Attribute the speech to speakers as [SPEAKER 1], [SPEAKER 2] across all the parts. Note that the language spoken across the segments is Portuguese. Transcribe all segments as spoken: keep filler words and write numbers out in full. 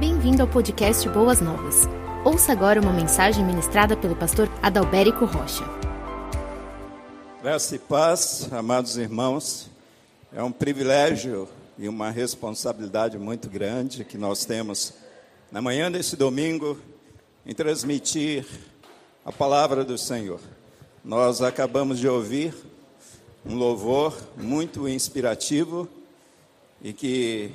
[SPEAKER 1] Bem-vindo ao podcast Boas Novas. Ouça agora uma mensagem ministrada pelo pastor Adalberico Rocha.
[SPEAKER 2] Graça e paz, amados irmãos. É um privilégio e uma responsabilidade muito grande que nós temos na manhã desse domingo em transmitir a palavra do Senhor. Nós acabamos de ouvir um louvor muito inspirativo e que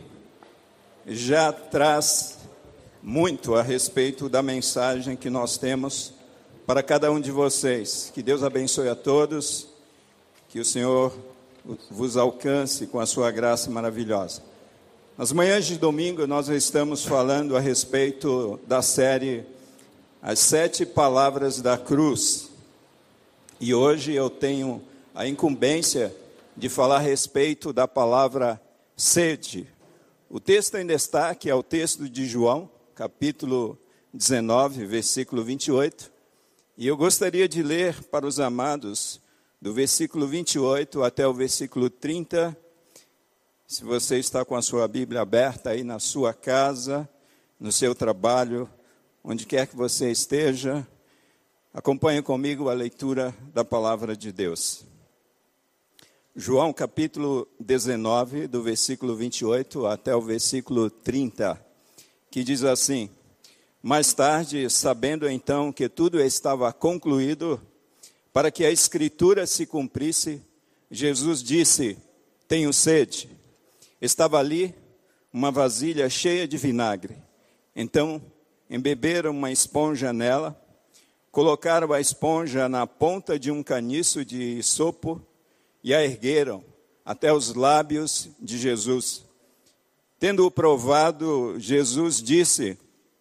[SPEAKER 2] já traz muito a respeito da mensagem que nós temos para cada um de vocês. Que Deus abençoe a todos, que o Senhor vos alcance com a sua graça maravilhosa. Nas manhãs de domingo nós estamos falando a respeito da série As Sete Palavras da Cruz. E hoje eu tenho a incumbência de falar a respeito da palavra sede. O texto em destaque é o texto de João, capítulo dezenove, versículo vinte e oito. E eu gostaria de ler para os amados do versículo vinte e oito até o versículo trinta. Se você está com a sua Bíblia aberta aí na sua casa, no seu trabalho, onde quer que você esteja, acompanhe comigo a leitura da palavra de Deus. João capítulo dezenove, do versículo vinte e oito até o versículo trinta, que diz assim: Mais tarde, sabendo então que tudo estava concluído, para que a Escritura se cumprisse, Jesus disse: Tenho sede. Estava ali uma vasilha cheia de vinagre. Então, embeberam uma esponja nela, colocaram a esponja na ponta de um caniço de isopo e a ergueram até os lábios de Jesus. Tendo-o provado, Jesus disse: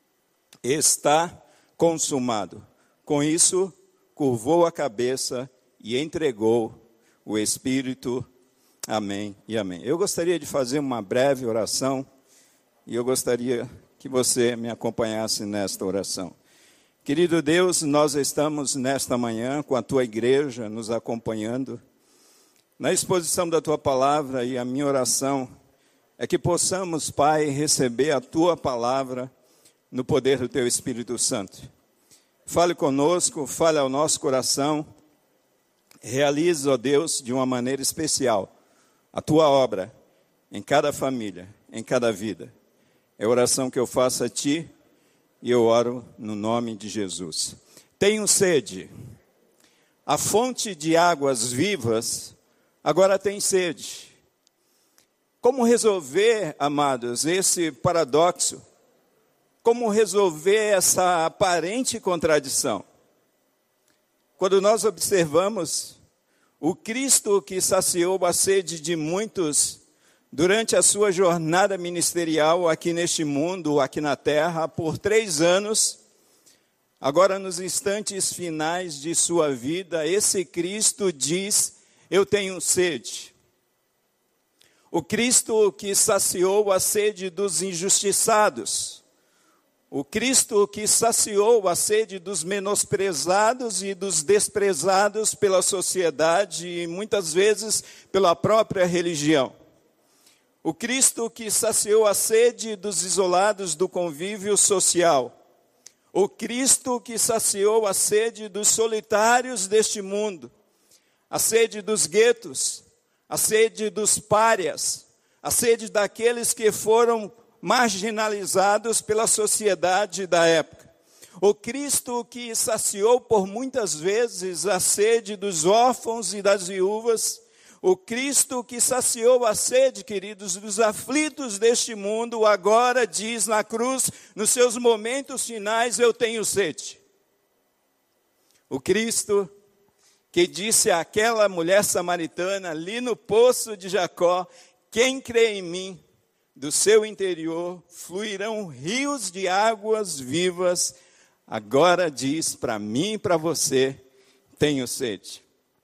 [SPEAKER 2] Está consumado. Com isso, curvou a cabeça e entregou o Espírito. Amém e amém. Eu gostaria de fazer uma breve oração e eu gostaria que você me acompanhasse nesta oração. Querido Deus, nós estamos nesta manhã com a Tua igreja nos acompanhando na exposição da Tua palavra, e a minha oração é que possamos, Pai, receber a Tua palavra no poder do Teu Espírito Santo. Fale conosco, fale ao nosso coração, realize, ó Deus, de uma maneira especial a Tua obra em cada família, em cada vida. É a oração que eu faço a Ti e eu oro no nome de Jesus. Tenho sede. A fonte de águas vivas agora tem sede. Como resolver, amados, esse paradoxo? Como resolver essa aparente contradição? Quando nós observamos o Cristo que saciou a sede de muitos durante a sua jornada ministerial aqui neste mundo, aqui na terra, por três anos, agora nos instantes finais de sua vida, esse Cristo diz: Eu tenho sede. O Cristo que saciou a sede dos injustiçados. O Cristo que saciou a sede dos menosprezados e dos desprezados pela sociedade e muitas vezes pela própria religião. O Cristo que saciou a sede dos isolados do convívio social. O Cristo que saciou a sede dos solitários deste mundo. A sede dos guetos, a sede dos párias, a sede daqueles que foram marginalizados pela sociedade da época. O Cristo que saciou por muitas vezes a sede dos órfãos e das viúvas. O Cristo que saciou a sede, queridos, dos aflitos deste mundo, agora diz na cruz, nos seus momentos finais: Eu tenho sede. O Cristo que disse àquela mulher samaritana ali no poço de Jacó: Quem crê em mim, do seu interior fluirão rios de águas vivas. Agora diz para mim e para você: Tenho sede.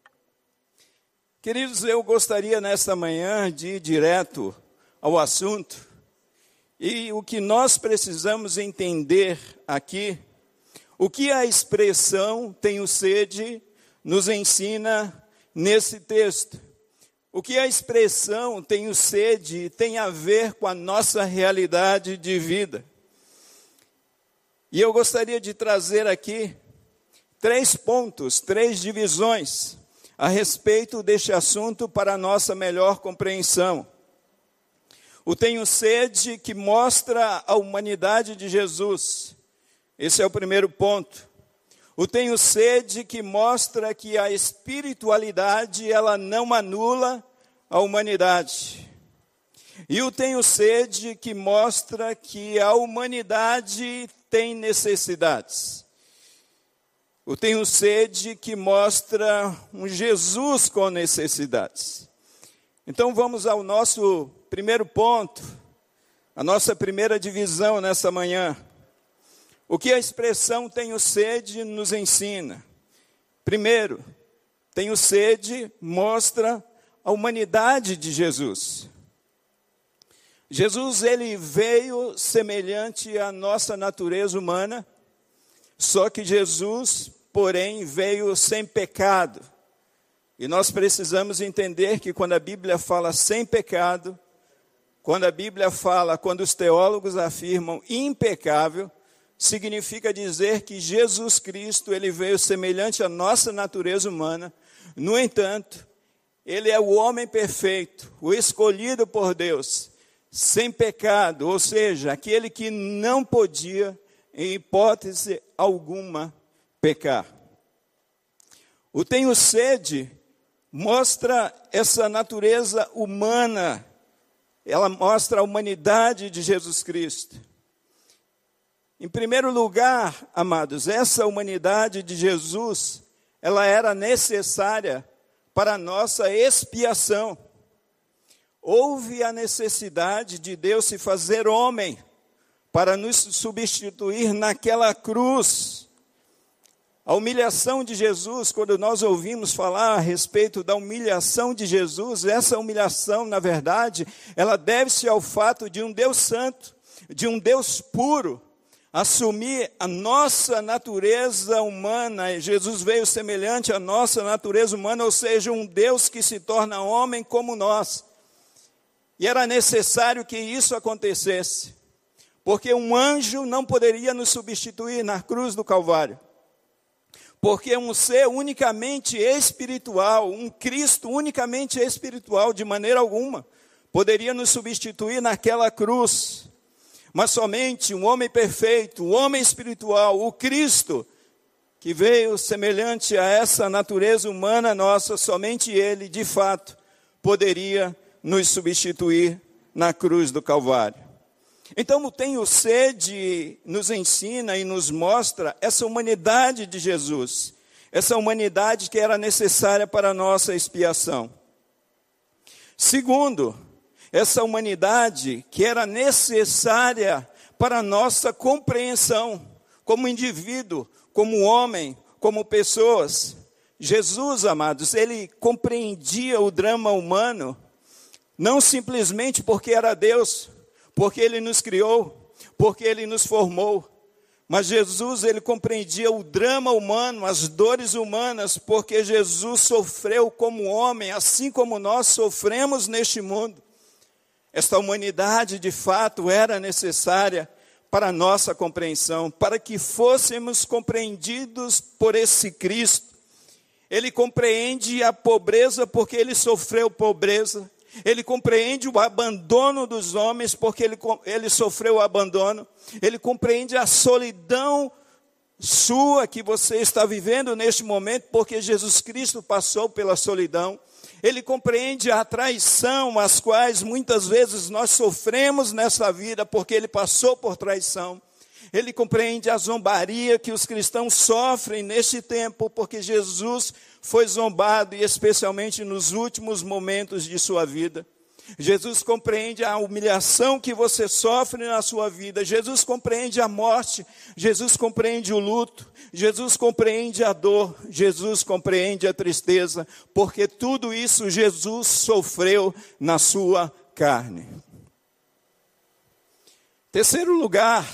[SPEAKER 2] Queridos, eu gostaria nesta manhã de ir direto ao assunto. E o que nós precisamos entender aqui, o que a expressão tenho sede nos ensina nesse texto. O que a expressão tenho sede tem a ver com a nossa realidade de vida. E eu gostaria de trazer aqui três pontos, três divisões a respeito deste assunto para a nossa melhor compreensão. O tenho sede, que mostra a humanidade de Jesus. Esse é o primeiro ponto. O tenho sede, que mostra que a espiritualidade, ela não anula a humanidade. E o tenho sede, que mostra que a humanidade tem necessidades. O tenho sede, que mostra um Jesus com necessidades. Então vamos ao nosso primeiro ponto, a nossa primeira divisão nessa manhã. O que a expressão tenho sede nos ensina? Primeiro, tenho sede mostra a humanidade de Jesus. Jesus, ele veio semelhante à nossa natureza humana, só que Jesus, porém, veio sem pecado. E nós precisamos entender que quando a Bíblia fala sem pecado, quando a Bíblia fala, quando os teólogos afirmam impecável, significa dizer que Jesus Cristo, ele veio semelhante à nossa natureza humana. No entanto, ele é o homem perfeito, o escolhido por Deus, sem pecado, ou seja, aquele que não podia, em hipótese alguma, pecar. O tenho sede mostra essa natureza humana, ela mostra a humanidade de Jesus Cristo. Em primeiro lugar, amados, essa humanidade de Jesus, ela era necessária para a nossa expiação. Houve a necessidade de Deus se fazer homem para nos substituir naquela cruz. A humilhação de Jesus, quando nós ouvimos falar a respeito da humilhação de Jesus, essa humilhação, na verdade, ela deve-se ao fato de um Deus santo, de um Deus puro, assumir a nossa natureza humana. Jesus veio semelhante à nossa natureza humana, ou seja, um Deus que se torna homem como nós. E era necessário que isso acontecesse, porque um anjo não poderia nos substituir na cruz do Calvário. Porque um ser unicamente espiritual, um Cristo unicamente espiritual, de maneira alguma, poderia nos substituir naquela cruz. Mas somente um homem perfeito, um homem espiritual, o Cristo, que veio semelhante a essa natureza humana nossa, somente Ele, de fato, poderia nos substituir na cruz do Calvário. Então, o tenho sede nos ensina e nos mostra essa humanidade de Jesus, essa humanidade que era necessária para a nossa expiação. Segundo, essa humanidade que era necessária para a nossa compreensão, como indivíduo, como homem, como pessoas. Jesus, amados, ele compreendia o drama humano, não simplesmente porque era Deus, porque Ele nos criou, porque Ele nos formou. Mas Jesus, Ele compreendia o drama humano, as dores humanas, porque Jesus sofreu como homem, assim como nós sofremos neste mundo. Esta humanidade, de fato, era necessária para a nossa compreensão, para que fôssemos compreendidos por esse Cristo. Ele compreende a pobreza porque Ele sofreu pobreza. Ele compreende o abandono dos homens, porque ele, ele sofreu o abandono. Ele compreende a solidão sua que você está vivendo neste momento, porque Jesus Cristo passou pela solidão. Ele compreende a traição, as quais muitas vezes nós sofremos nessa vida, porque Ele passou por traição. Ele compreende a zombaria que os cristãos sofrem neste tempo, porque Jesus foi zombado, e especialmente nos últimos momentos de sua vida. Jesus compreende a humilhação que você sofre na sua vida. Jesus compreende a morte. Jesus compreende o luto. Jesus compreende a dor. Jesus compreende a tristeza, porque tudo isso Jesus sofreu na sua carne. Terceiro lugar,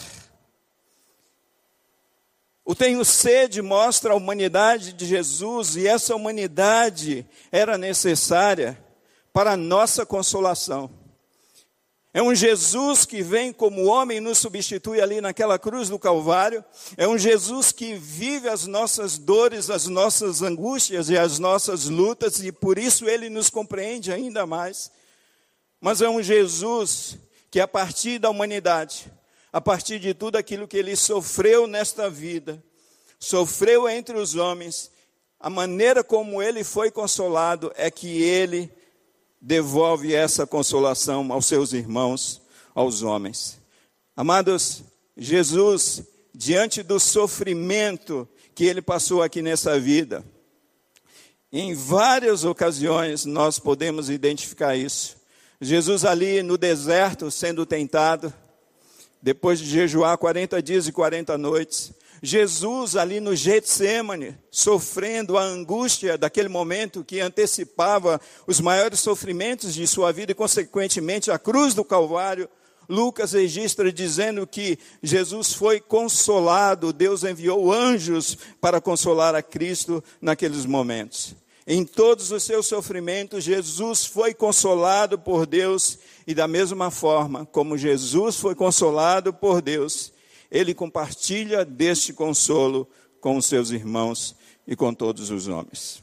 [SPEAKER 2] o tenho sede mostra a humanidade de Jesus, e essa humanidade era necessária para a nossa consolação. É um Jesus que vem como homem e nos substitui ali naquela cruz do Calvário. É um Jesus que vive as nossas dores, as nossas angústias e as nossas lutas, e por isso ele nos compreende ainda mais. Mas é um Jesus que a partir da humanidade, a partir de tudo aquilo que ele sofreu nesta vida, sofreu entre os homens, a maneira como ele foi consolado é que ele devolve essa consolação aos seus irmãos, aos homens. Amados, Jesus, diante do sofrimento que ele passou aqui nessa vida, em várias ocasiões nós podemos identificar isso. Jesus ali no deserto sendo tentado, depois de jejuar quarenta dias e quarenta noites, Jesus ali no Getsêmani, sofrendo a angústia daquele momento que antecipava os maiores sofrimentos de sua vida e, consequentemente, a cruz do Calvário. Lucas registra dizendo que Jesus foi consolado, Deus enviou anjos para consolar a Cristo naqueles momentos. Em todos os seus sofrimentos, Jesus foi consolado por Deus, e da mesma forma como Jesus foi consolado por Deus, ele compartilha deste consolo com os seus irmãos e com todos os homens.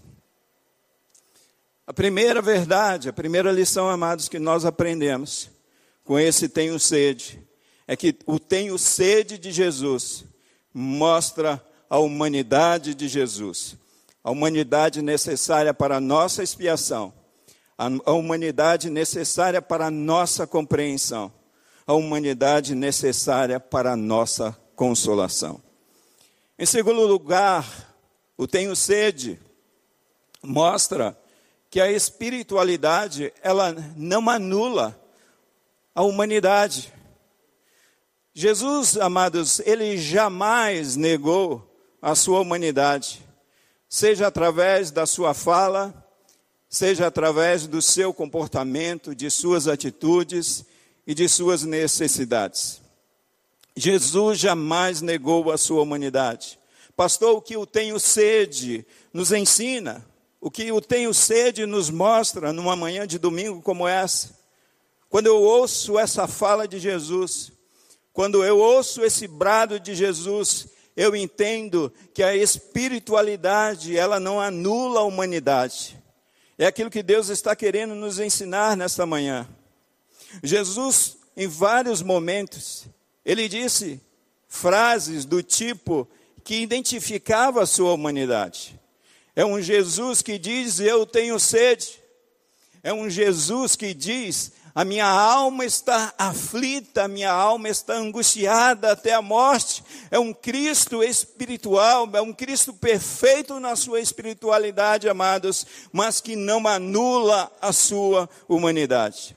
[SPEAKER 2] A primeira verdade, a primeira lição, amados, que nós aprendemos com esse tenho sede, é que o tenho sede de Jesus mostra a humanidade de Jesus, a humanidade necessária para a nossa expiação, a humanidade necessária para a nossa compreensão, a humanidade necessária para a nossa consolação. Em segundo lugar, o tenho sede mostra que a espiritualidade, ela não anula a humanidade. Jesus, amados, ele jamais negou a sua humanidade, seja através da sua fala, seja através do seu comportamento, de suas atitudes e de suas necessidades. Jesus jamais negou a sua humanidade. Pastor, o que o tenho sede nos ensina, o que o tenho sede nos mostra numa manhã de domingo como essa. Quando eu ouço essa fala de Jesus, quando eu ouço esse brado de Jesus, eu entendo que a espiritualidade, ela não anula a humanidade. É aquilo que Deus está querendo nos ensinar nesta manhã. Jesus, em vários momentos, ele disse frases do tipo que identificava a sua humanidade. É um Jesus que diz, eu tenho sede. É um Jesus que diz, a minha alma está aflita, a minha alma está angustiada até a morte. É um Cristo espiritual, é um Cristo perfeito na sua espiritualidade, amados, mas que não anula a sua humanidade.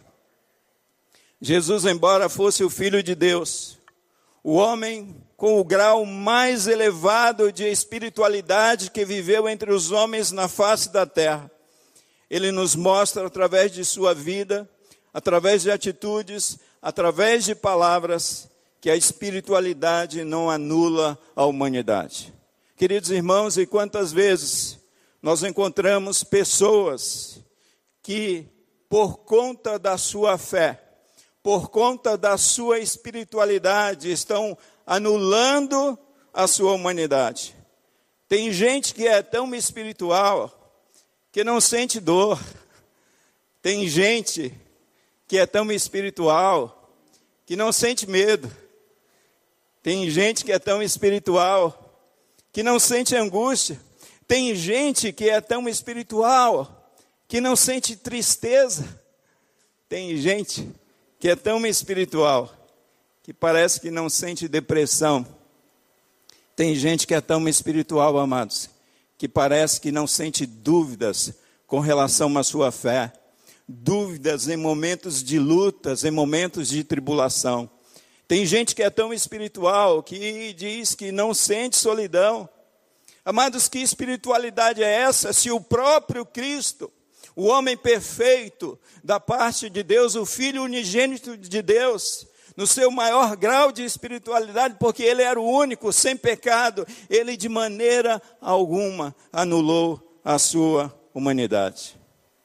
[SPEAKER 2] Jesus, embora fosse o Filho de Deus, o homem com o grau mais elevado de espiritualidade que viveu entre os homens na face da terra, ele nos mostra através de sua vida, através de atitudes, através de palavras, que a espiritualidade não anula a humanidade. Queridos irmãos, e quantas vezes nós encontramos pessoas que, por conta da sua fé, por conta da sua espiritualidade, estão anulando a sua humanidade. Tem gente que é tão espiritual que não sente dor. Tem gente que é tão espiritual que não sente medo. Tem gente que é tão espiritual que não sente angústia. Tem gente que é tão espiritual que não sente tristeza. Tem gente que é tão espiritual que parece que não sente depressão. Tem gente que é tão espiritual, amados, que parece que não sente dúvidas com relação à sua fé. Dúvidas em momentos de lutas, em momentos de tribulação. Tem gente que é tão espiritual que diz que não sente solidão. Amados, que espiritualidade é essa? Se o próprio Cristo, o homem perfeito da parte de Deus, o Filho unigênito de Deus, no seu maior grau de espiritualidade, porque ele era o único, sem pecado, ele de maneira alguma anulou a sua humanidade.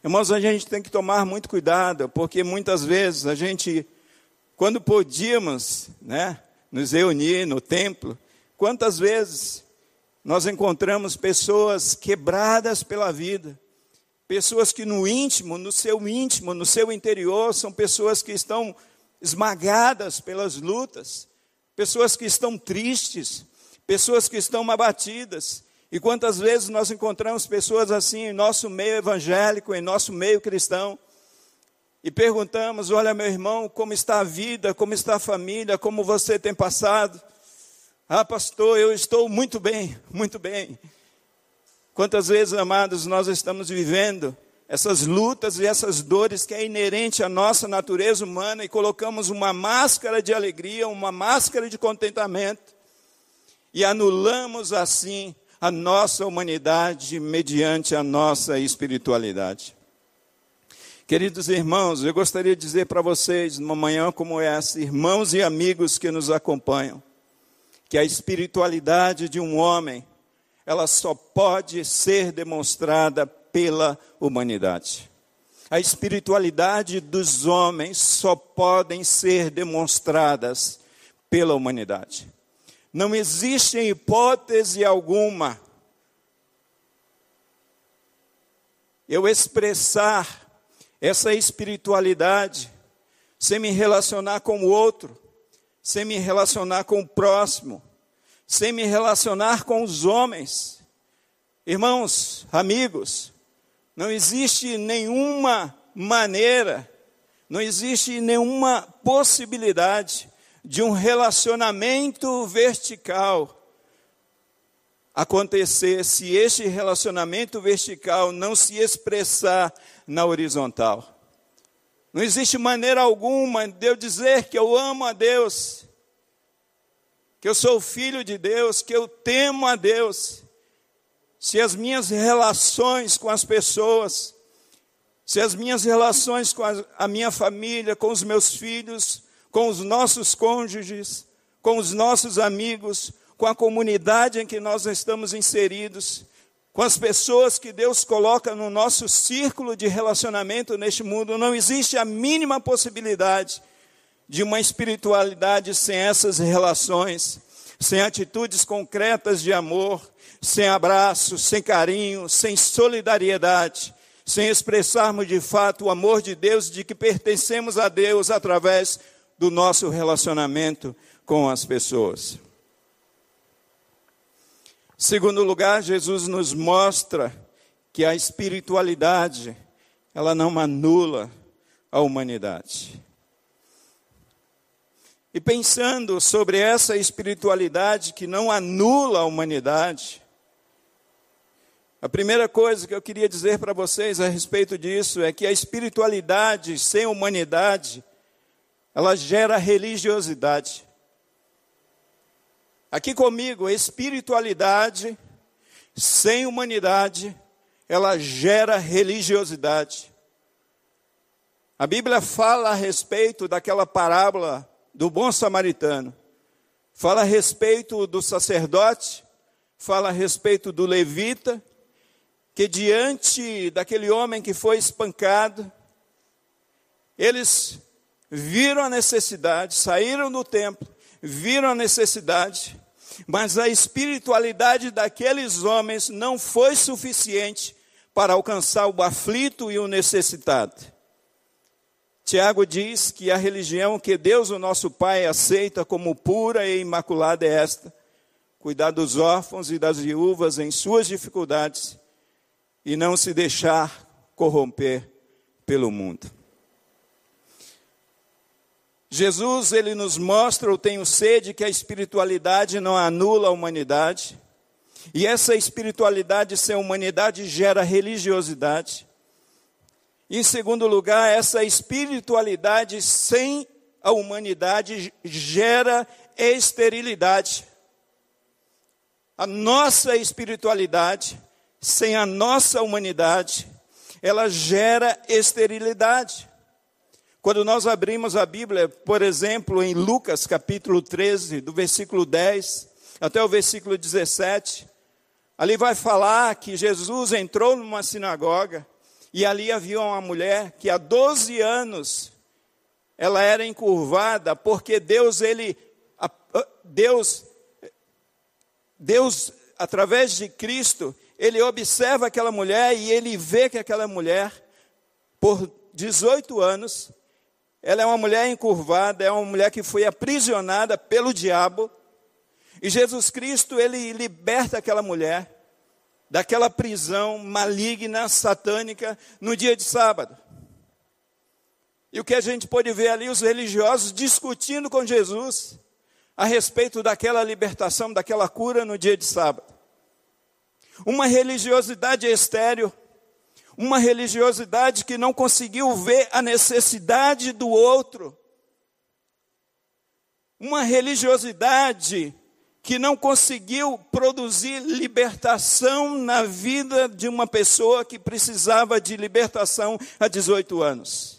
[SPEAKER 2] Irmãos, a gente tem que tomar muito cuidado, porque muitas vezes a gente, quando podíamos, né, nos reunir no templo, quantas vezes nós encontramos pessoas quebradas pela vida, pessoas que no íntimo, no seu íntimo, no seu interior, são pessoas que estão esmagadas pelas lutas, pessoas que estão tristes, pessoas que estão abatidas. E quantas vezes nós encontramos pessoas assim em nosso meio evangélico, em nosso meio cristão, e perguntamos: olha, meu irmão, como está a vida, como está a família, como você tem passado? Ah, pastor, eu estou muito bem, muito bem. Quantas vezes, amados, nós estamos vivendo essas lutas e essas dores que é inerente à nossa natureza humana e colocamos uma máscara de alegria, uma máscara de contentamento e anulamos assim a nossa humanidade mediante a nossa espiritualidade. Queridos irmãos, eu gostaria de dizer para vocês, numa manhã como essa, irmãos e amigos que nos acompanham, que a espiritualidade de um homem, ela só pode ser demonstrada pela humanidade. A espiritualidade dos homens só podem ser demonstradas pela humanidade. Não existe hipótese alguma eu expressar essa espiritualidade sem me relacionar com o outro, sem me relacionar com o próximo, sem me relacionar com os homens. Irmãos, amigos, não existe nenhuma maneira, não existe nenhuma possibilidade de um relacionamento vertical acontecer se este relacionamento vertical não se expressar na horizontal. Não existe maneira alguma de eu dizer que eu amo a Deus, que eu sou filho de Deus, que eu temo a Deus, se as minhas relações com as pessoas, se as minhas relações com a, a minha família, com os meus filhos, com os nossos cônjuges, com os nossos amigos, com a comunidade em que nós estamos inseridos, com as pessoas que Deus coloca no nosso círculo de relacionamento neste mundo, não existe a mínima possibilidade de uma espiritualidade sem essas relações, sem atitudes concretas de amor, sem abraço, sem carinho, sem solidariedade, sem expressarmos de fato o amor de Deus, de que pertencemos a Deus através do nosso relacionamento com as pessoas. Segundo lugar, Jesus nos mostra que a espiritualidade, ela não anula a humanidade. E pensando sobre essa espiritualidade que não anula a humanidade, a primeira coisa que eu queria dizer para vocês a respeito disso é que a espiritualidade sem humanidade, ela gera religiosidade. Aqui comigo, espiritualidade sem humanidade, ela gera religiosidade. A Bíblia fala a respeito daquela parábola do bom samaritano. Fala a respeito do sacerdote, fala a respeito do levita, que diante daquele homem que foi espancado, eles viram a necessidade, saíram do templo, viram a necessidade, mas a espiritualidade daqueles homens não foi suficiente para alcançar o aflito e o necessitado. Tiago diz que a religião que Deus, o nosso Pai, aceita como pura e imaculada é esta: cuidar dos órfãos e das viúvas em suas dificuldades e não se deixar corromper pelo mundo. Jesus, ele nos mostra, eu tenho sede, que a espiritualidade não anula a humanidade. E essa espiritualidade sem humanidade gera religiosidade. Em segundo lugar, essa espiritualidade sem a humanidade gera esterilidade. A nossa espiritualidade sem a nossa humanidade, ela gera esterilidade. Quando nós abrimos a Bíblia, por exemplo, em Lucas capítulo treze, do versículo dez até o versículo dezessete, ali vai falar que Jesus entrou numa sinagoga E ali havia uma mulher que há doze anos ela era encurvada, porque Deus, ele, Deus, Deus, através de Cristo, ele observa aquela mulher e ele vê que aquela mulher, por dezoito anos, ela é uma mulher encurvada, é uma mulher que foi aprisionada pelo diabo. E Jesus Cristo, ele liberta aquela mulher daquela prisão maligna, satânica, no dia de sábado. E o que a gente pode ver ali, os religiosos discutindo com Jesus a respeito daquela libertação, daquela cura no dia de sábado. Uma religiosidade estéril, uma religiosidade que não conseguiu ver a necessidade do outro. Uma religiosidade que não conseguiu produzir libertação na vida de uma pessoa que precisava de libertação há dezoito anos.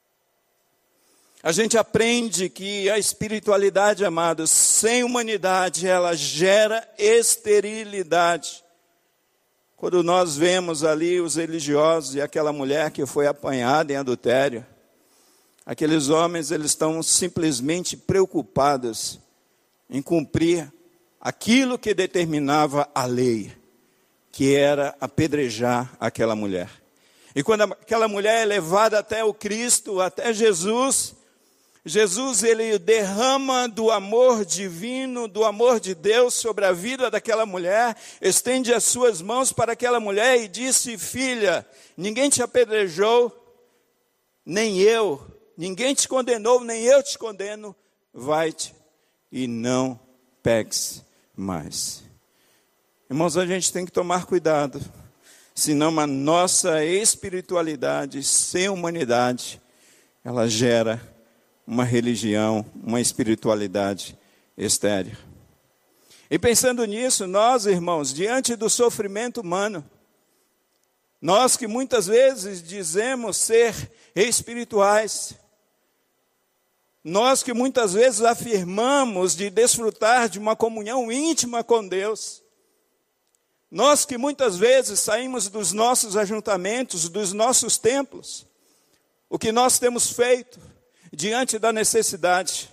[SPEAKER 2] A gente aprende que a espiritualidade, amados, sem humanidade, ela gera esterilidade. Quando nós vemos ali os religiosos e aquela mulher que foi apanhada em adultério, aqueles homens, eles estão simplesmente preocupados em cumprir aquilo que determinava a lei, que era apedrejar aquela mulher. E quando aquela mulher é levada até o Cristo, até Jesus, Jesus, ele derrama do amor divino, do amor de Deus sobre a vida daquela mulher, estende as suas mãos para aquela mulher e disse: filha, ninguém te apedrejou, nem eu, ninguém te condenou, nem eu te condeno, vai-te e não peques mais. Irmãos, a gente tem que tomar cuidado, senão a nossa espiritualidade sem humanidade, ela gera uma religião, uma espiritualidade estéril. E pensando nisso, nós, irmãos, diante do sofrimento humano, nós que muitas vezes dizemos ser espirituais, nós que muitas vezes afirmamos de desfrutar de uma comunhão íntima com Deus, nós que muitas vezes saímos dos nossos ajuntamentos, dos nossos templos, o que nós temos feito diante da necessidade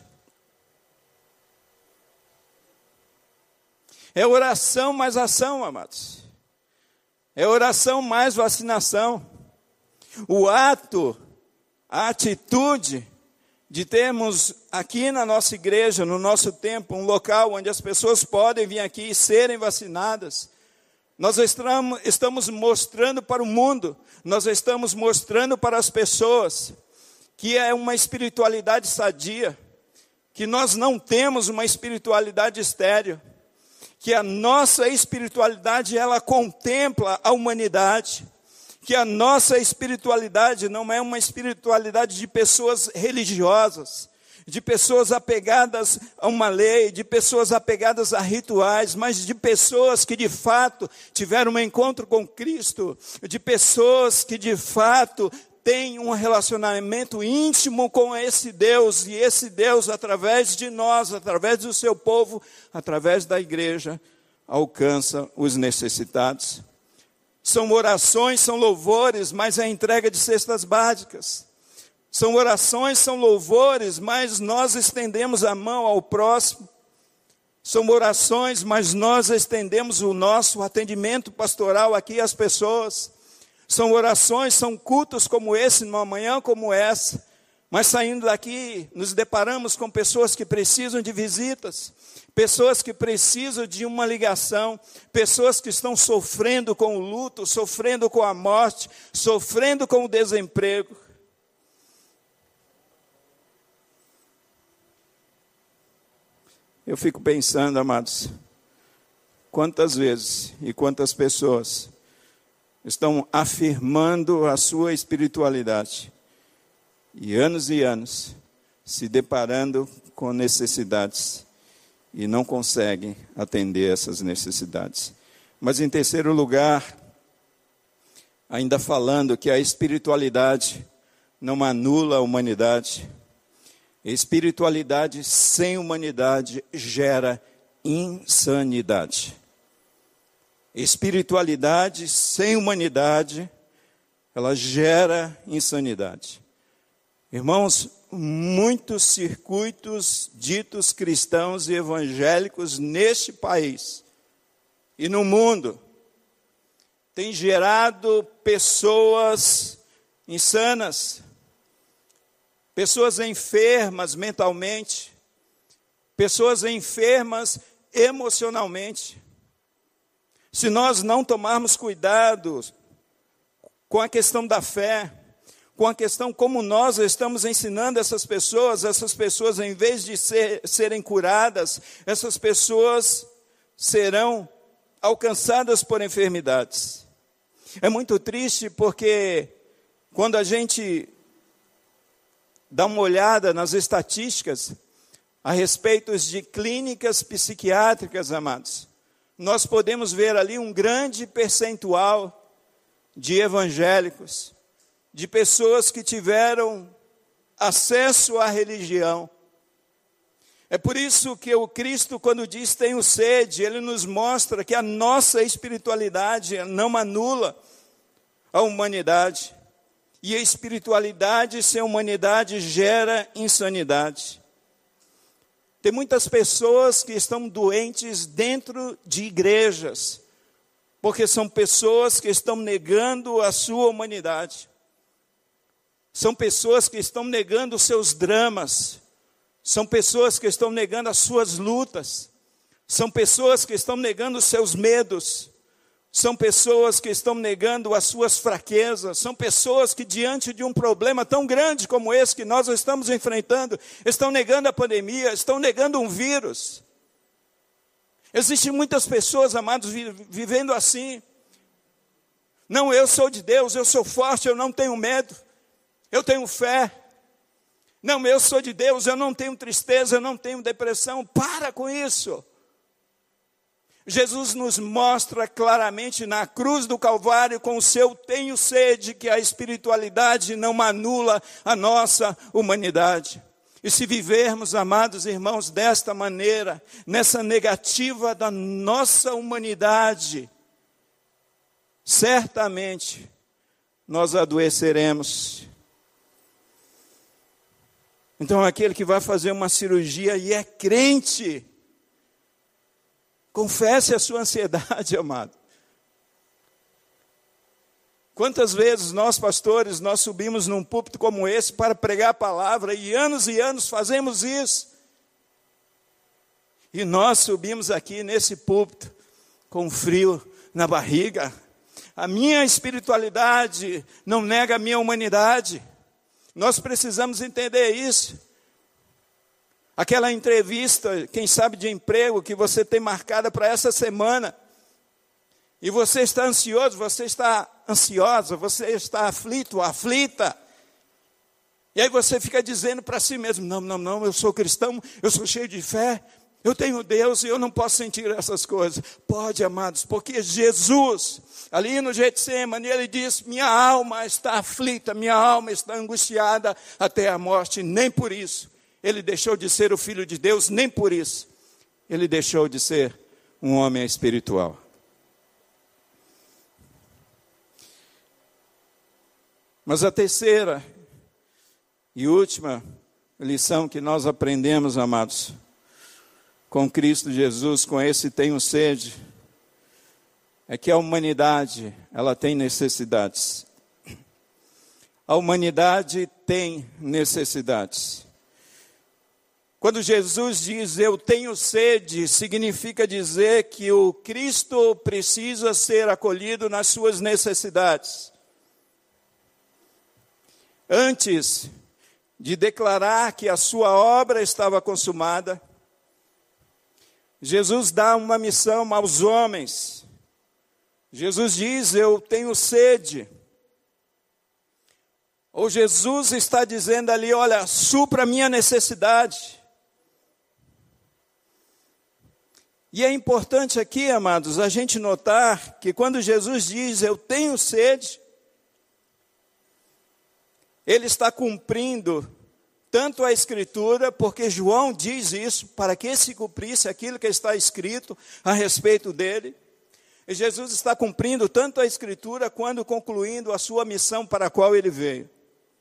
[SPEAKER 2] é oração mais ação, amados. É oração mais vacinação. O ato, a atitude de termos aqui na nossa igreja, no nosso templo, um local onde as pessoas podem vir aqui e serem vacinadas. Nós estamos, estamos mostrando para o mundo, nós estamos mostrando para as pessoas que é uma espiritualidade sadia, que nós não temos uma espiritualidade estéril, que a nossa espiritualidade, ela contempla a humanidade, que a nossa espiritualidade não é uma espiritualidade de pessoas religiosas, de pessoas apegadas a uma lei, de pessoas apegadas a rituais, mas de pessoas que de fato tiveram um encontro com Cristo, de pessoas que de fato tem um relacionamento íntimo com esse Deus, e esse Deus, através de nós, através do seu povo, através da igreja, alcança os necessitados. São orações, são louvores, mas é a entrega de cestas básicas. São orações, são louvores, mas nós estendemos a mão ao próximo. São orações, mas nós estendemos o nosso atendimento pastoral aqui às pessoas. São orações, são cultos como esse, numa manhã como essa, mas saindo daqui, nos deparamos com pessoas que precisam de visitas, pessoas que precisam de uma ligação, pessoas que estão sofrendo com o luto, sofrendo com a morte, sofrendo com o desemprego. Eu fico pensando, amados, quantas vezes e quantas pessoas estão afirmando a sua espiritualidade e anos e anos se deparando com necessidades e não conseguem atender essas necessidades. Mas em terceiro lugar, ainda falando que a espiritualidade não anula a humanidade, espiritualidade sem humanidade gera insanidade. Espiritualidade sem humanidade, ela gera insanidade. Irmãos, muitos circuitos ditos cristãos e evangélicos neste país e no mundo têm gerado pessoas insanas, pessoas enfermas mentalmente, pessoas enfermas emocionalmente. Se nós não tomarmos cuidado com a questão da fé, com a questão como nós estamos ensinando essas pessoas, essas pessoas, em vez de ser, serem curadas, essas pessoas serão alcançadas por enfermidades. É muito triste porque quando a gente dá uma olhada nas estatísticas a respeito de clínicas psiquiátricas, amados, nós podemos ver ali um grande percentual de evangélicos, de pessoas que tiveram acesso à religião. É por isso que o Cristo, quando diz tenho sede, Ele nos mostra que a nossa espiritualidade não anula a humanidade. E a espiritualidade sem humanidade gera insanidade. Tem muitas pessoas que estão doentes dentro de igrejas, porque são pessoas que estão negando a sua humanidade. São pessoas que estão negando os seus dramas. São pessoas que estão negando as suas lutas. São pessoas que estão negando os seus medos. São pessoas que estão negando as suas fraquezas. São pessoas que, diante de um problema tão grande como esse que nós estamos enfrentando, estão negando a pandemia, estão negando um vírus. Existem muitas pessoas, amados, vivendo assim. Não, eu sou de Deus, eu sou forte, eu não tenho medo. Eu tenho fé. Não, eu sou de Deus, eu não tenho tristeza, eu não tenho depressão. Para com isso. Jesus nos mostra claramente na cruz do Calvário, com o seu tenho sede, que a espiritualidade não anula a nossa humanidade. E se vivermos, amados irmãos, desta maneira, nessa negativa da nossa humanidade, certamente nós adoeceremos. Então, aquele que vai fazer uma cirurgia e é crente, confesse a sua ansiedade, amado. Quantas vezes nós, pastores, nós subimos num púlpito como esse para pregar a palavra, e anos e anos fazemos isso. E nós subimos aqui nesse púlpito com frio na barriga. A minha espiritualidade não nega a minha humanidade. Nós precisamos entender isso. Aquela entrevista, quem sabe de emprego, que você tem marcada para essa semana, e você está ansioso, você está ansiosa, você está aflito, aflita, e aí você fica dizendo para si mesmo, não, não, não, eu sou cristão, eu sou cheio de fé, eu tenho Deus e eu não posso sentir essas coisas. Pode, amados, porque Jesus, ali no Getsemane, ele disse, minha alma está aflita, minha alma está angustiada até a morte, nem por isso ele deixou de ser o Filho de Deus, nem por isso ele deixou de ser um homem espiritual. Mas a terceira e última lição que nós aprendemos, amados, com Cristo Jesus, com esse tenho sede, é que a humanidade, ela tem necessidades. A humanidade tem necessidades. Quando Jesus diz, eu tenho sede, significa dizer que o Cristo precisa ser acolhido nas suas necessidades. Antes de declarar que a sua obra estava consumada, Jesus dá uma missão aos homens. Jesus diz, eu tenho sede. Ou Jesus está dizendo ali, olha, supra a minha necessidade. E é importante aqui, amados, a gente notar que quando Jesus diz, eu tenho sede, ele está cumprindo tanto a Escritura, porque João diz isso, para que se cumprisse aquilo que está escrito a respeito dele. E Jesus está cumprindo tanto a Escritura, quanto concluindo a sua missão para a qual ele veio.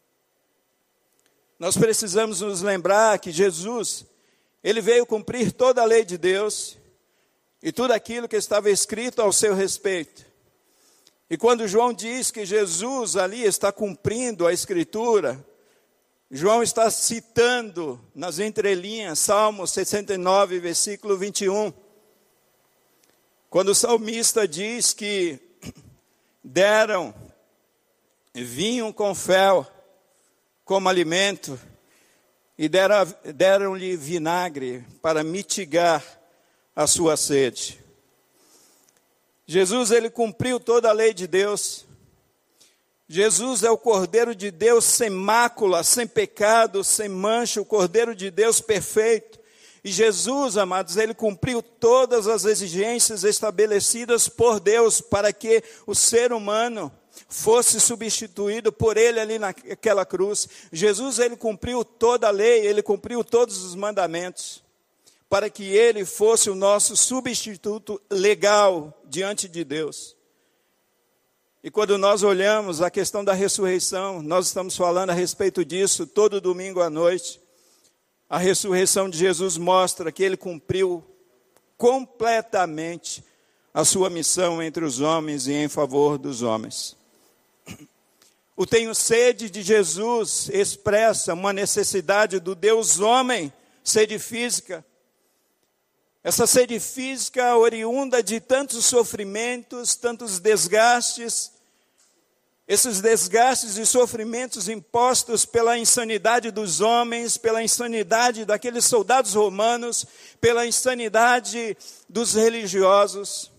[SPEAKER 2] Nós precisamos nos lembrar que Jesus, ele veio cumprir toda a lei de Deus e tudo aquilo que estava escrito ao seu respeito. E quando João diz que Jesus ali está cumprindo a Escritura, João está citando nas entrelinhas Salmo sessenta e nove, versículo vinte e um. Quando o salmista diz que deram vinho com fel como alimento e deram, deram-lhe vinagre para mitigar a sua sede. Jesus, ele cumpriu toda a lei de Deus. Jesus é o Cordeiro de Deus sem mácula, sem pecado, sem mancha, o Cordeiro de Deus perfeito. E Jesus, amados, ele cumpriu todas as exigências estabelecidas por Deus para que o ser humano fosse substituído por ele ali naquela cruz. Jesus, ele cumpriu toda a lei, ele cumpriu todos os mandamentos, para que ele fosse o nosso substituto legal diante de Deus. E quando nós olhamos a questão da ressurreição, nós estamos falando a respeito disso todo domingo à noite. A ressurreição de Jesus mostra que ele cumpriu completamente a sua missão entre os homens e em favor dos homens. O tenho sede de Jesus expressa uma necessidade do Deus homem, sede física. Essa sede física oriunda de tantos sofrimentos, tantos desgastes, esses desgastes e sofrimentos impostos pela insanidade dos homens, pela insanidade daqueles soldados romanos, pela insanidade dos religiosos.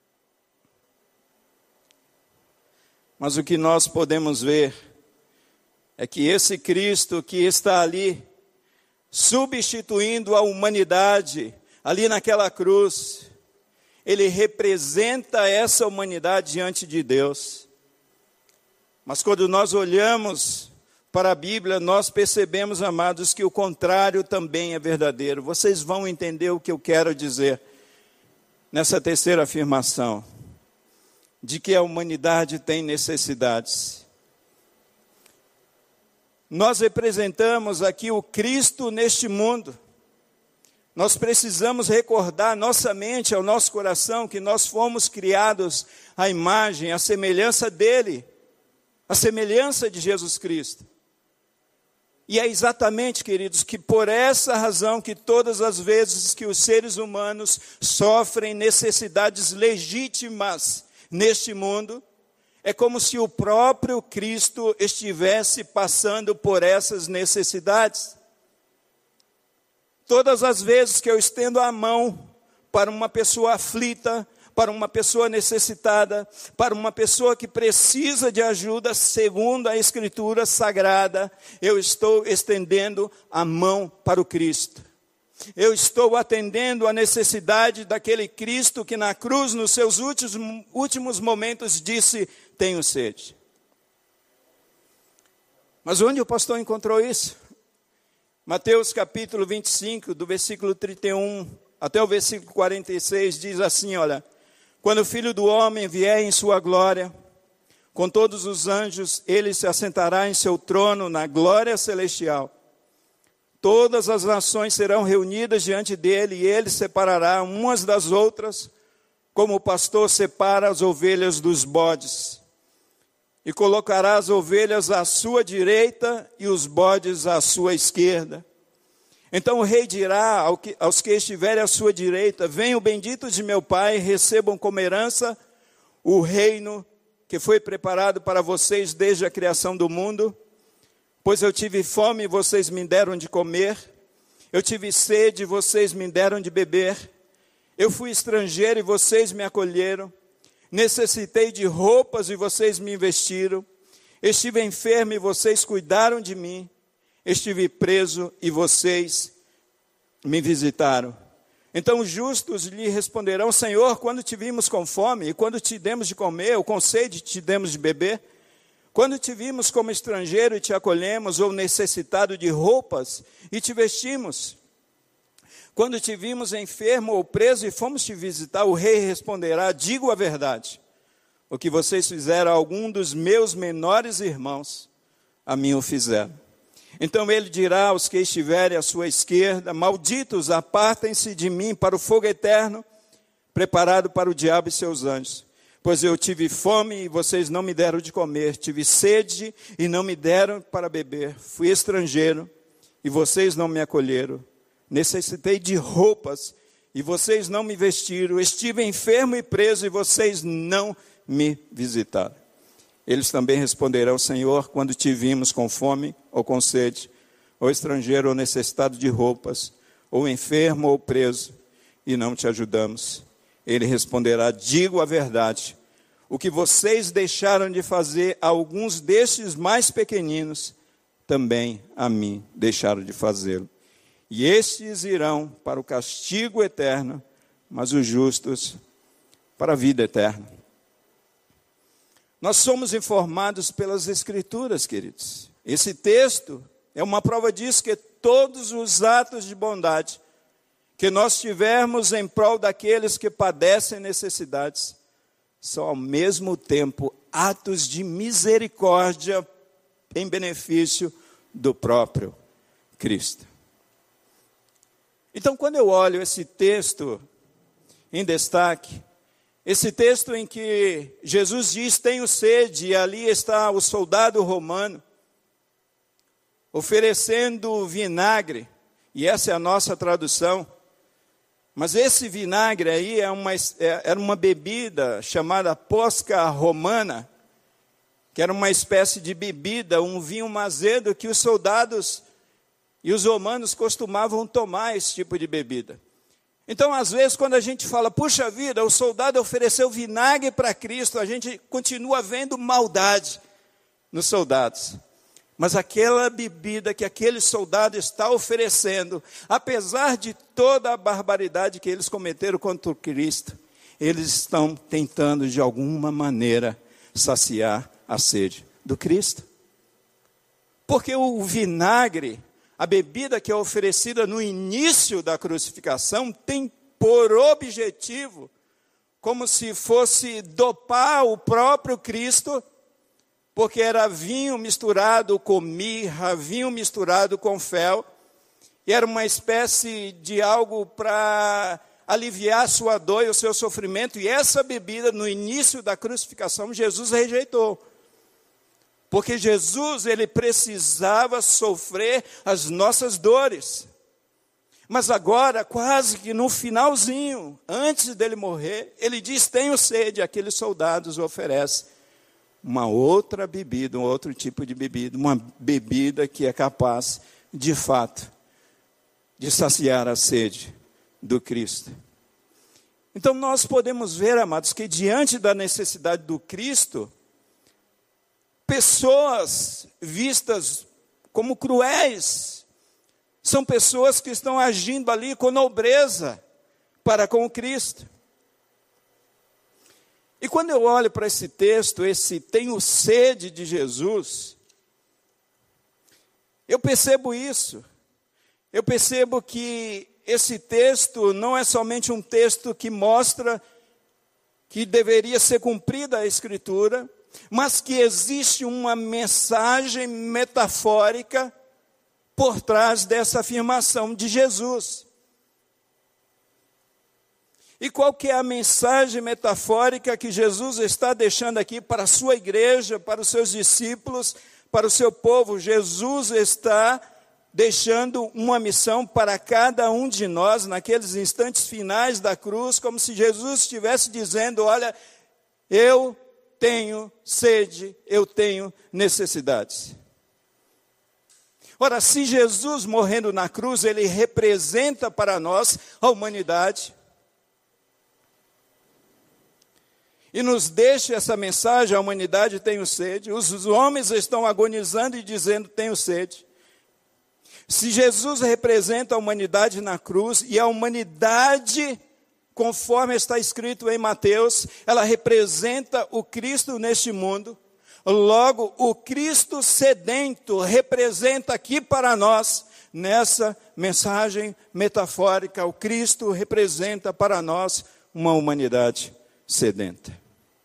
[SPEAKER 2] Mas o que nós podemos ver é que esse Cristo que está ali, substituindo a humanidade, ali naquela cruz, ele representa essa humanidade diante de Deus. Mas quando nós olhamos para a Bíblia, nós percebemos, amados, que o contrário também é verdadeiro. Vocês vão entender o que eu quero dizer nessa terceira afirmação, de que a humanidade tem necessidades. Nós representamos aqui o Cristo neste mundo. Nós precisamos recordar à nossa mente, ao nosso coração, que nós fomos criados à imagem, à semelhança dele, à semelhança de Jesus Cristo. E é exatamente, queridos, que por essa razão que todas as vezes que os seres humanos sofrem necessidades legítimas neste mundo, é como se o próprio Cristo estivesse passando por essas necessidades. Todas as vezes que eu estendo a mão para uma pessoa aflita, para uma pessoa necessitada, para uma pessoa que precisa de ajuda, segundo a Escritura Sagrada, eu estou estendendo a mão para o Cristo. Eu estou atendendo a necessidade daquele Cristo que na cruz, nos seus últimos, últimos momentos, disse, tenho sede. Mas onde o pastor encontrou isso? Mateus capítulo vinte e cinco, do versículo trinta e um até o versículo quarenta e seis, diz assim, olha, quando o Filho do Homem vier em sua glória, com todos os anjos, ele se assentará em seu trono na glória celestial. Todas as nações serão reunidas diante dele e ele separará umas das outras, como o pastor separa as ovelhas dos bodes. E colocará as ovelhas à sua direita e os bodes à sua esquerda. Então o rei dirá ao que, aos que estiverem à sua direita, venham benditos de meu Pai, recebam como herança o reino que foi preparado para vocês desde a criação do mundo. Pois eu tive fome e vocês me deram de comer, eu tive sede e vocês me deram de beber, eu fui estrangeiro e vocês me acolheram, necessitei de roupas e vocês me vestiram, estive enfermo e vocês cuidaram de mim, estive preso e vocês me visitaram. Então os justos lhe responderão, Senhor, quando te vimos com fome e quando te demos de comer, ou com sede te demos de beber? Quando te vimos como estrangeiro e te acolhemos, ou necessitado de roupas e te vestimos? Quando te vimos enfermo ou preso e fomos te visitar, o rei responderá: digo a verdade, o que vocês fizeram a algum dos meus menores irmãos, a mim o fizeram. Então ele dirá aos que estiverem à sua esquerda: malditos, apartem-se de mim para o fogo eterno, preparado para o diabo e seus anjos. Pois eu tive fome e vocês não me deram de comer, tive sede e não me deram para beber, fui estrangeiro e vocês não me acolheram, necessitei de roupas e vocês não me vestiram, estive enfermo e preso e vocês não me visitaram. Eles também responderão: Senhor, quando te vimos com fome ou com sede, ou estrangeiro ou necessitado de roupas, ou enfermo ou preso, e não te ajudamos. Ele responderá: digo a verdade, o que vocês deixaram de fazer a alguns destes mais pequeninos, também a mim deixaram de fazê-lo. E estes irão para o castigo eterno, mas os justos para a vida eterna. Nós somos informados pelas Escrituras, queridos. Esse texto é uma prova disso, que todos os atos de bondade que nós tivermos em prol daqueles que padecem necessidades, são ao mesmo tempo atos de misericórdia em benefício do próprio Cristo. Então, quando eu olho esse texto em destaque, esse texto em que Jesus diz: tenho sede, e ali está o soldado romano oferecendo vinagre, e essa é a nossa tradução. Mas esse vinagre aí é uma, era uma bebida chamada posca romana, que era uma espécie de bebida, um vinho mazedo que os soldados e os romanos costumavam tomar esse tipo de bebida. Então, às vezes, quando a gente fala: puxa vida, o soldado ofereceu vinagre para Cristo, a gente continua vendo maldade nos soldados. Mas aquela bebida que aquele soldado está oferecendo, apesar de toda a barbaridade que eles cometeram contra Cristo, eles estão tentando de alguma maneira saciar a sede do Cristo. Porque o vinagre, a bebida que é oferecida no início da crucificação, tem por objetivo, como se fosse dopar o próprio Cristo, porque era vinho misturado com mirra, vinho misturado com fel, e era uma espécie de algo para aliviar a sua dor e o seu sofrimento, e essa bebida, no início da crucificação, Jesus rejeitou. Porque Jesus, ele precisava sofrer as nossas dores. Mas agora, quase que no finalzinho, antes dele morrer, ele diz: tenho sede. Aqueles soldados oferecem uma outra bebida, um outro tipo de bebida, uma bebida que é capaz, de fato, de saciar a sede do Cristo. Então nós podemos ver, amados, que diante da necessidade do Cristo, pessoas vistas como cruéis, são pessoas que estão agindo ali com nobreza para com o Cristo. E quando eu olho para esse texto, esse tenho sede de Jesus, eu percebo isso. Eu percebo que esse texto não é somente um texto que mostra que deveria ser cumprida a Escritura, mas que existe uma mensagem metafórica por trás dessa afirmação de Jesus. E qual que é a mensagem metafórica que Jesus está deixando aqui para a sua igreja, para os seus discípulos, para o seu povo? Jesus está deixando uma missão para cada um de nós, naqueles instantes finais da cruz, como se Jesus estivesse dizendo: olha, eu tenho sede, eu tenho necessidades. Ora, se Jesus morrendo na cruz, ele representa para nós a humanidade, e nos deixa essa mensagem: a humanidade tem sede, os homens estão agonizando e dizendo: tenho sede. Se Jesus representa a humanidade na cruz, e a humanidade, conforme está escrito em Mateus, ela representa o Cristo neste mundo, logo o Cristo sedento representa aqui para nós nessa mensagem metafórica, o Cristo representa para nós uma humanidade sedenta.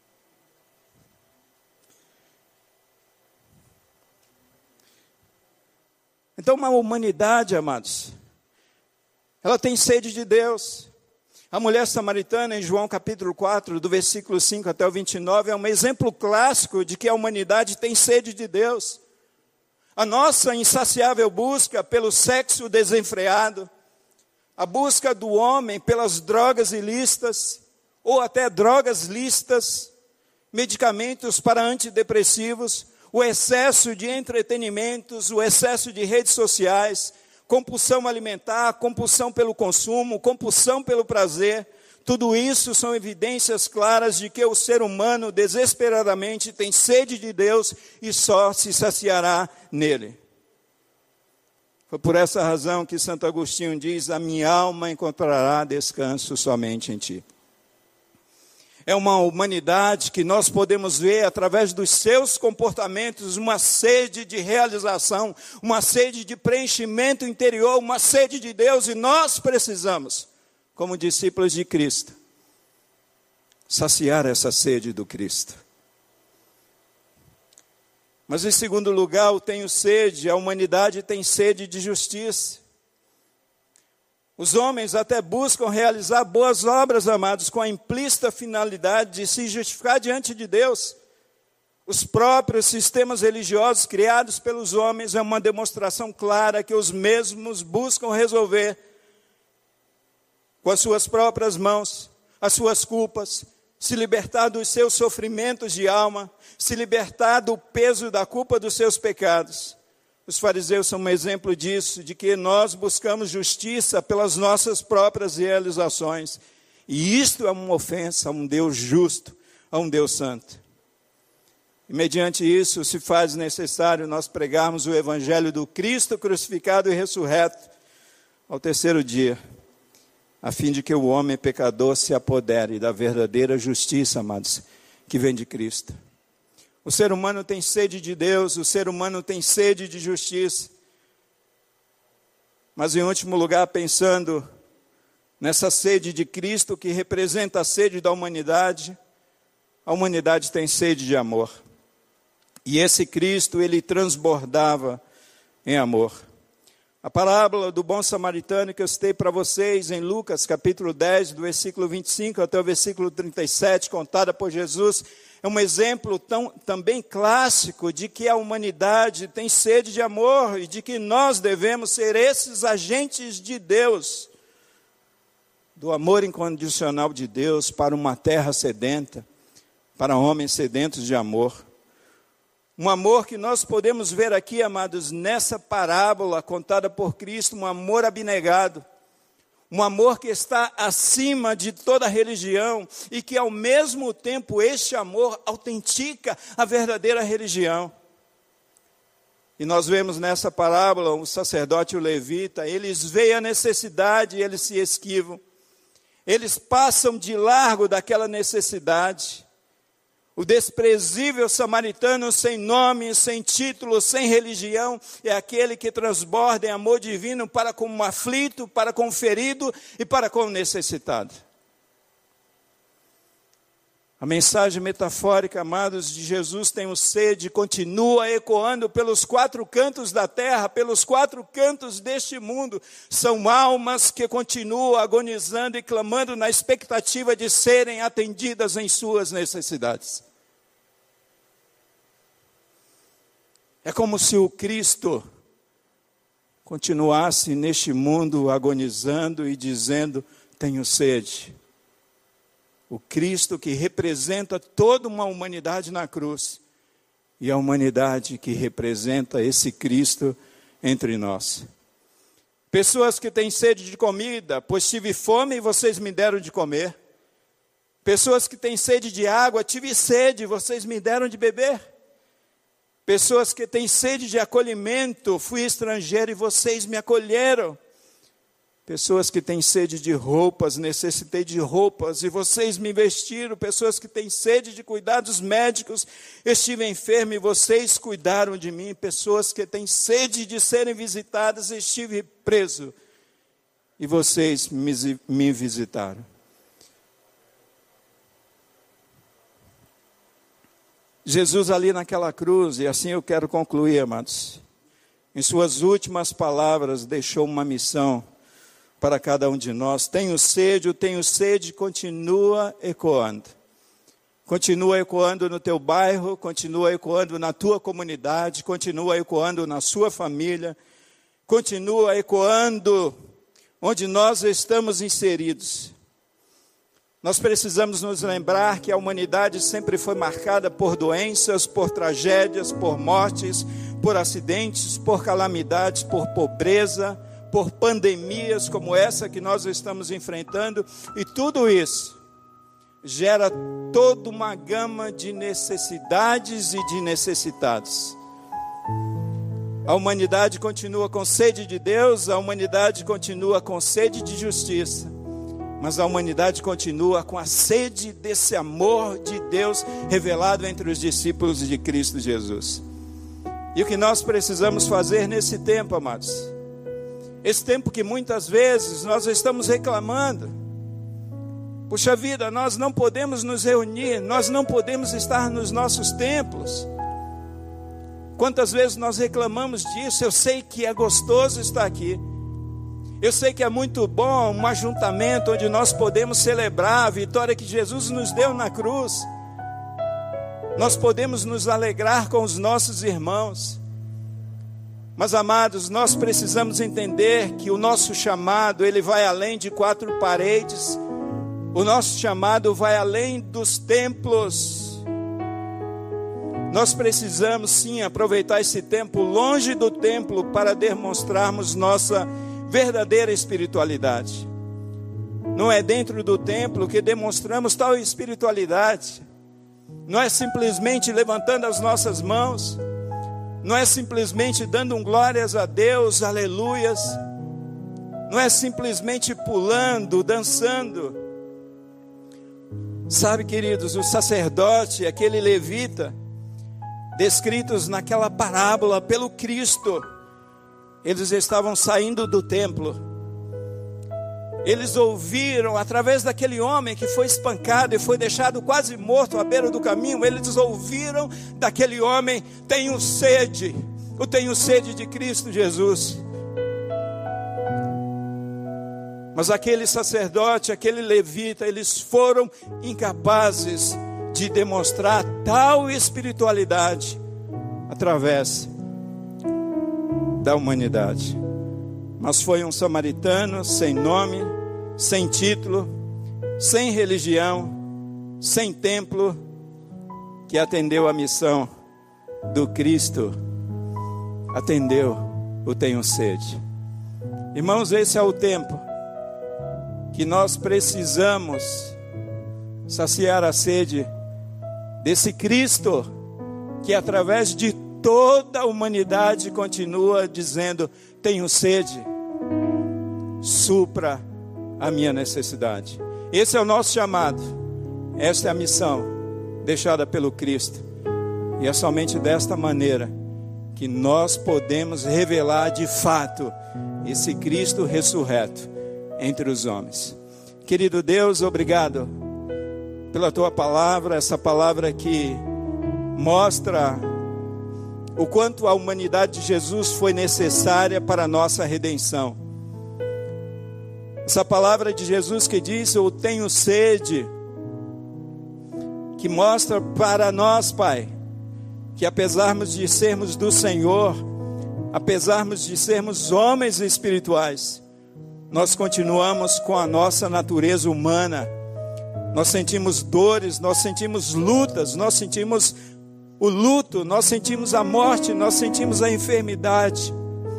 [SPEAKER 2] Então, uma humanidade, amados, ela tem sede de Deus. A mulher samaritana, em João capítulo quatro, do versículo cinco até o vinte e nove, é um exemplo clássico de que a humanidade tem sede de Deus. A nossa insaciável busca pelo sexo desenfreado, a busca do homem pelas drogas ilícitas, ou até drogas lícitas, medicamentos para antidepressivos, o excesso de entretenimentos, o excesso de redes sociais, compulsão alimentar, compulsão pelo consumo, compulsão pelo prazer, tudo isso são evidências claras de que o ser humano desesperadamente tem sede de Deus e só se saciará nele. Foi por essa razão que Santo Agostinho diz: a minha alma encontrará descanso somente em ti. É uma humanidade que nós podemos ver através dos seus comportamentos, uma sede de realização, uma sede de preenchimento interior, uma sede de Deus, e nós precisamos, como discípulos de Cristo, saciar essa sede do Cristo. Mas em segundo lugar, eu tenho sede, a humanidade tem sede de justiça. Os homens até buscam realizar boas obras, amados, com a implícita finalidade de se justificar diante de Deus. Os próprios sistemas religiosos criados pelos homens é uma demonstração clara que os mesmos buscam resolver com as suas próprias mãos as suas culpas, se libertar dos seus sofrimentos de alma, se libertar do peso da culpa dos seus pecados. Os fariseus são um exemplo disso, de que nós buscamos justiça pelas nossas próprias realizações. E isto é uma ofensa a um Deus justo, a um Deus santo. E mediante isso se faz necessário nós pregarmos o evangelho do Cristo crucificado e ressurreto ao terceiro dia, a fim de que o homem pecador se apodere da verdadeira justiça, amados, que vem de Cristo. O ser humano tem sede de Deus, o ser humano tem sede de justiça. Mas em último lugar, pensando nessa sede de Cristo, que representa a sede da humanidade, a humanidade tem sede de amor. E esse Cristo, ele transbordava em amor. A parábola do bom samaritano que eu citei para vocês em Lucas, capítulo dez, do versículo vinte e cinco até o versículo trinta e sete, contada por Jesus, é um exemplo tão, também clássico de que a humanidade tem sede de amor e de que nós devemos ser esses agentes de Deus, do amor incondicional de Deus para uma terra sedenta, para homens sedentos de amor. Um amor que nós podemos ver aqui, amados, nessa parábola contada por Cristo, um amor abnegado, um amor que está acima de toda religião e que ao mesmo tempo este amor autentica a verdadeira religião. E nós vemos nessa parábola o sacerdote e o levita, eles veem a necessidade e eles se esquivam. Eles passam de largo daquela necessidade. O desprezível samaritano sem nome, sem título, sem religião, é aquele que transborda em amor divino para com o aflito, para com o ferido e para com o necessitado. A mensagem metafórica, amados, de Jesus tem o sede, continua ecoando pelos quatro cantos da terra, pelos quatro cantos deste mundo. São almas que continuam agonizando e clamando na expectativa de serem atendidas em suas necessidades. É como se o Cristo continuasse neste mundo agonizando e dizendo: tenho sede. O Cristo que representa toda uma humanidade na cruz e a humanidade que representa esse Cristo entre nós. Pessoas que têm sede de comida, pois tive fome e vocês me deram de comer. Pessoas que têm sede de água, tive sede e vocês me deram de beber. Pessoas que têm sede de acolhimento, fui estrangeiro e vocês me acolheram. Pessoas que têm sede de roupas, necessitei de roupas e vocês me vestiram. Pessoas que têm sede de cuidados médicos, estive enfermo e vocês cuidaram de mim. Pessoas que têm sede de serem visitadas, estive preso e vocês me, me visitaram. Jesus ali naquela cruz, e assim eu quero concluir, amados, em suas últimas palavras deixou uma missão para cada um de nós. Tenho sede, eu tenho sede, continua ecoando. Continua ecoando no teu bairro, continua ecoando na tua comunidade, continua ecoando na sua família, continua ecoando onde nós estamos inseridos. Nós precisamos nos lembrar que a humanidade sempre foi marcada por doenças, por tragédias, por mortes, por acidentes, por calamidades, por pobreza, por pandemias como essa que nós estamos enfrentando, e tudo isso gera toda uma gama de necessidades e de necessitados. A humanidade continua com sede de Deus, a humanidade continua com sede de justiça, mas a humanidade continua com a sede desse amor de Deus revelado entre os discípulos de Cristo Jesus. E o que nós precisamos fazer nesse tempo, amados? Esse tempo que muitas vezes nós estamos reclamando. Puxa vida, nós não podemos nos reunir, nós não podemos estar nos nossos templos. Quantas vezes nós reclamamos disso? Eu sei que é gostoso estar aqui. Eu sei que é muito bom um ajuntamento onde nós podemos celebrar a vitória que Jesus nos deu na cruz. Nós podemos nos alegrar com os nossos irmãos. Mas, amados, nós precisamos entender que o nosso chamado, ele vai além de quatro paredes. O nosso chamado vai além dos templos. Nós precisamos, sim, aproveitar esse tempo longe do templo para demonstrarmos nossa verdadeira espiritualidade. Não é dentro do templo que demonstramos tal espiritualidade. Não é simplesmente levantando as nossas mãos. Não é simplesmente dando um glórias a Deus, aleluias. Não é simplesmente pulando, dançando. Sabe, queridos, o sacerdote, aquele levita, descritos naquela parábola pelo Cristo, eles estavam saindo do templo. Eles ouviram, através daquele homem que foi espancado e foi deixado quase morto à beira do caminho, eles ouviram daquele homem: tenho sede, eu tenho sede de Cristo Jesus. Mas aquele sacerdote, aquele levita, eles foram incapazes de demonstrar tal espiritualidade através da humanidade. Mas foi um samaritano sem nome, sem título, sem religião, sem templo, que atendeu a missão do Cristo. Atendeu o tenho sede. Irmãos, esse é o tempo que nós precisamos saciar a sede desse Cristo, que através de toda a humanidade continua dizendo: tenho sede, supra a minha necessidade. Esse é o nosso chamado, esta é a missão deixada pelo Cristo, e é somente desta maneira que nós podemos revelar de fato esse Cristo ressurreto entre os homens. Querido Deus, obrigado pela tua palavra, essa palavra que mostra o quanto a humanidade de Jesus foi necessária para a nossa redenção. Essa palavra de Jesus que diz: eu tenho sede, que mostra para nós, Pai, que apesar de sermos do Senhor, apesar de sermos homens espirituais, nós continuamos com a nossa natureza humana. Nós sentimos dores, nós sentimos lutas, nós sentimos o luto, nós sentimos a morte, nós sentimos a enfermidade.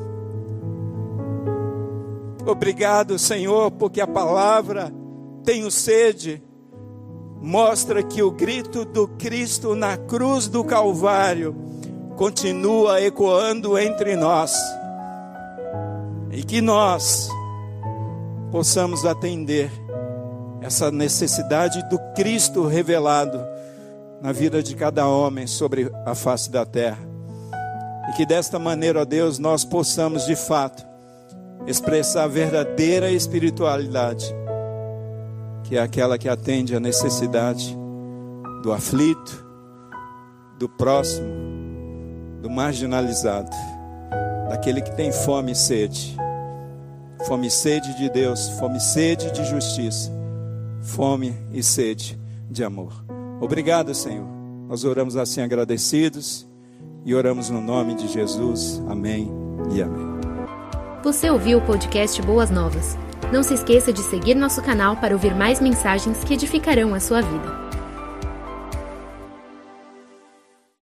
[SPEAKER 2] Obrigado, Senhor, porque a palavra tenho sede mostra que o grito do Cristo na cruz do Calvário continua ecoando entre nós, e que nós possamos atender essa necessidade do Cristo revelado na vida de cada homem sobre a face da terra. E que desta maneira, ó Deus, nós possamos de fato expressar a verdadeira espiritualidade, que é aquela que atende a necessidade do aflito, do próximo, do marginalizado, daquele que tem fome e sede. Fome e sede de Deus, fome e sede de justiça, fome e sede de amor. Obrigado, Senhor. Nós oramos assim agradecidos e oramos no nome de Jesus. Amém e amém.
[SPEAKER 1] Você ouviu o podcast Boas Novas? Não se esqueça de seguir nosso canal para ouvir mais mensagens que edificarão a sua vida.